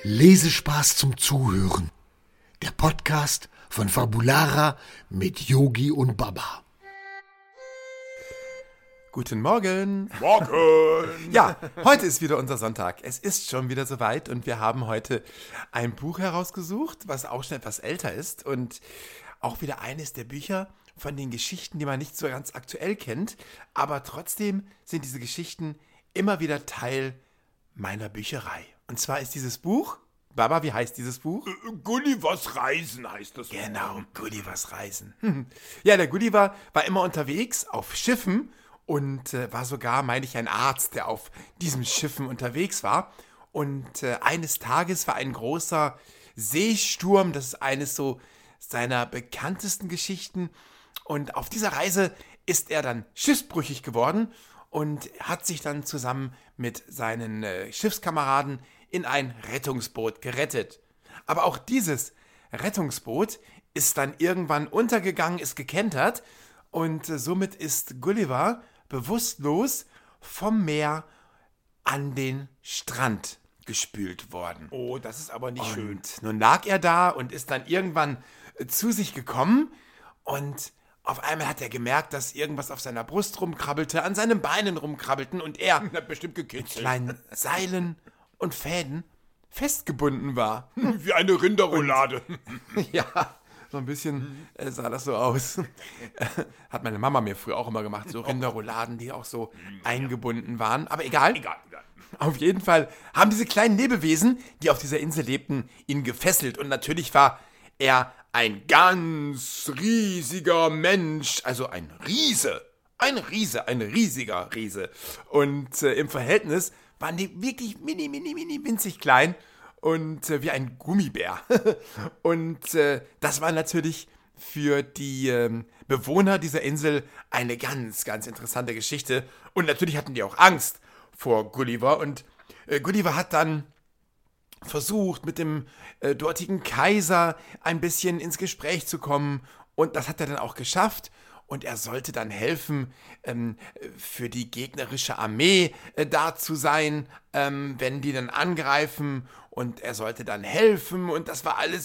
Lesespaß zum Zuhören. Der Podcast von Fabulara mit Yogi und Baba. Guten Morgen. Morgen! Ja, heute ist wieder unser Sonntag. Es ist schon wieder soweit und wir haben heute ein Buch herausgesucht, was auch schon etwas älter ist und auch wieder eines der Bücher von den Geschichten, die man nicht so ganz aktuell kennt, aber trotzdem sind diese Geschichten immer wieder Teil meiner Bücherei. Und zwar ist dieses Buch, Baba, wie heißt dieses Buch? Gullivers Reisen heißt das. Genau, Gullivers Reisen. Ja, der Gulliver war immer unterwegs auf Schiffen und war sogar, meine ich, ein Arzt, der auf diesen Schiffen unterwegs war. Und eines Tages war ein großer Seesturm, das ist eines so seiner bekanntesten Geschichten. Und auf dieser Reise ist er dann schiffsbrüchig geworden und hat sich dann zusammen mit seinen Schiffskameraden in ein Rettungsboot gerettet. Aber auch dieses Rettungsboot ist dann irgendwann untergegangen, ist gekentert und somit ist Gulliver bewusstlos vom Meer an den Strand gespült worden. Oh, das ist aber nicht schön. Und nun lag er da und ist dann irgendwann zu sich gekommen und auf einmal hat er gemerkt, dass irgendwas auf seiner Brust rumkrabbelte, an seinen Beinen rumkrabbelten und er Hat bestimmt mit gekitzelt. kleinen Seilen und Fäden festgebunden war. Wie eine Rinderroulade. Ja, so ein bisschen sah das so aus. Hat meine Mama mir früher auch immer gemacht, so Rinderrouladen, die auch so eingebunden waren. Aber egal. Egal. Auf jeden Fall haben diese kleinen Lebewesen, die auf dieser Insel lebten, ihn gefesselt. Und natürlich war er ein ganz riesiger Mensch, also ein Riese. Ein riesiger Riese. Und im Verhältnis waren die wirklich mini, winzig klein und wie ein Gummibär. Und das war natürlich für die Bewohner dieser Insel eine ganz, ganz interessante Geschichte. Und natürlich hatten die auch Angst vor Gulliver. Und Gulliver hat dann versucht, mit dem dortigen Kaiser ein bisschen ins Gespräch zu kommen. Und das hat er dann auch geschafft. Und er sollte dann helfen, für die gegnerische Armee da zu sein, wenn die dann angreifen. Und er sollte dann helfen. Und das war alles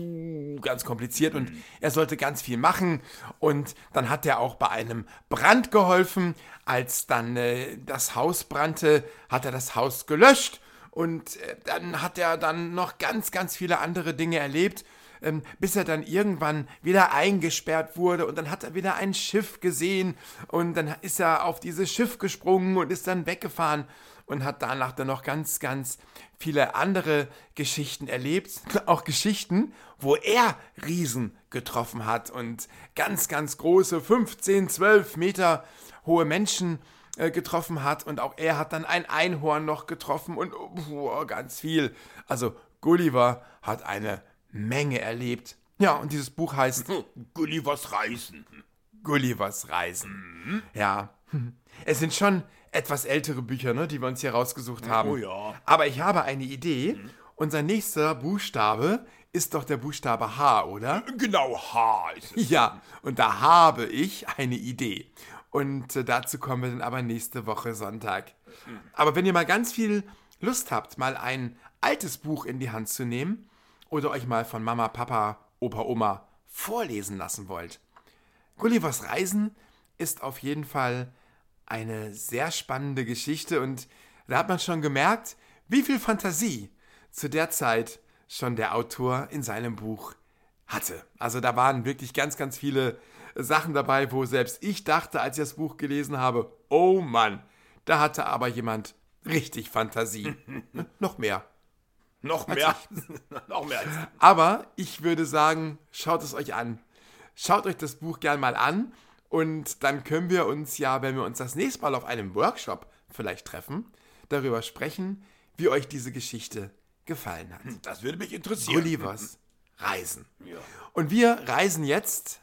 ganz kompliziert. Und er sollte ganz viel machen. Und dann hat er auch bei einem Brand geholfen. Als dann das Haus brannte, hat er das Haus gelöscht. Und dann hat er dann noch ganz, ganz viele andere Dinge erlebt, bis er dann irgendwann wieder eingesperrt wurde. Und dann hat er wieder ein Schiff gesehen und dann ist er auf dieses Schiff gesprungen und ist dann weggefahren und hat danach dann noch ganz, ganz viele andere Geschichten erlebt. Auch Geschichten, wo er Riesen getroffen hat und ganz, ganz große, 15, 12 Meter hohe Menschen getroffen hat. Und auch er hat dann ein Einhorn noch getroffen und ganz viel. Also Gulliver hat eine Menge erlebt. Ja, und dieses Buch heißt Gullivers Reisen. Gullivers Reisen. Ja, es sind schon etwas ältere Bücher, ne, die wir uns hier rausgesucht haben. Oh ja. Aber ich habe eine Idee. Unser nächster Buchstabe ist doch der Buchstabe H, oder? Genau, H ist es. Ja, und da habe ich eine Idee. Und dazu kommen wir dann aber nächste Woche Sonntag. Aber wenn ihr mal ganz viel Lust habt, mal ein altes Buch in die Hand zu nehmen oder euch mal von Mama, Papa, Opa, Oma vorlesen lassen wollt. Gullivers Reisen ist auf jeden Fall eine sehr spannende Geschichte und da hat man schon gemerkt, wie viel Fantasie zu der Zeit schon der Autor in seinem Buch hatte. Also da waren wirklich ganz, ganz viele Sachen dabei, wo selbst ich dachte, als ich das Buch gelesen habe, oh Mann, da hatte aber jemand richtig Fantasie. Noch mehr. Noch mehr. Noch mehr als Aber ich würde sagen, schaut es euch an. Schaut euch das Buch gern mal an und dann können wir uns ja, wenn wir uns das nächste Mal auf einem Workshop vielleicht treffen, darüber sprechen, wie euch diese Geschichte gefallen hat. Das würde mich interessieren. Gullivers Reisen. Ja. Und wir reisen jetzt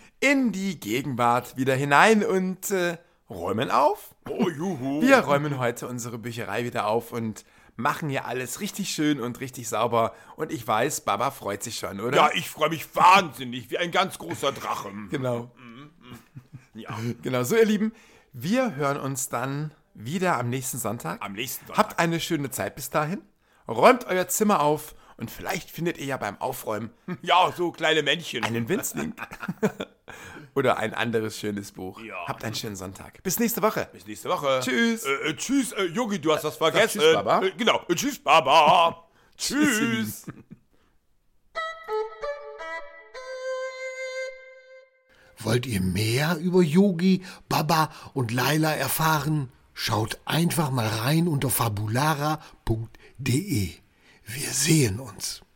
in die Gegenwart wieder hinein und räumen auf. Oh, juhu. Wir räumen heute unsere Bücherei wieder auf und machen hier alles richtig schön und richtig sauber. Und ich weiß, Baba freut sich schon, oder? Ja, ich freue mich wahnsinnig, wie ein ganz großer Drache. Genau. Ja, Genau, so ihr Lieben, wir hören uns dann wieder am nächsten Sonntag. am nächsten Sonntag. Habt eine schöne Zeit bis dahin räumt euer Zimmer auf und vielleicht findet ihr ja beim Aufräumen Ja, so kleine Männchen. einen Winzling. Oder ein anderes schönes Buch. Ja. Habt einen schönen Sonntag. Bis nächste Woche. Bis nächste Woche. Tschüss. Tschüss, Yogi, du hast was vergessen. tschüss, Baba. Genau, tschüss, Baba. Tschüss. Wollt ihr mehr über Yogi, Baba und Laila erfahren? Schaut einfach mal rein unter fabulara.de. Wir sehen uns.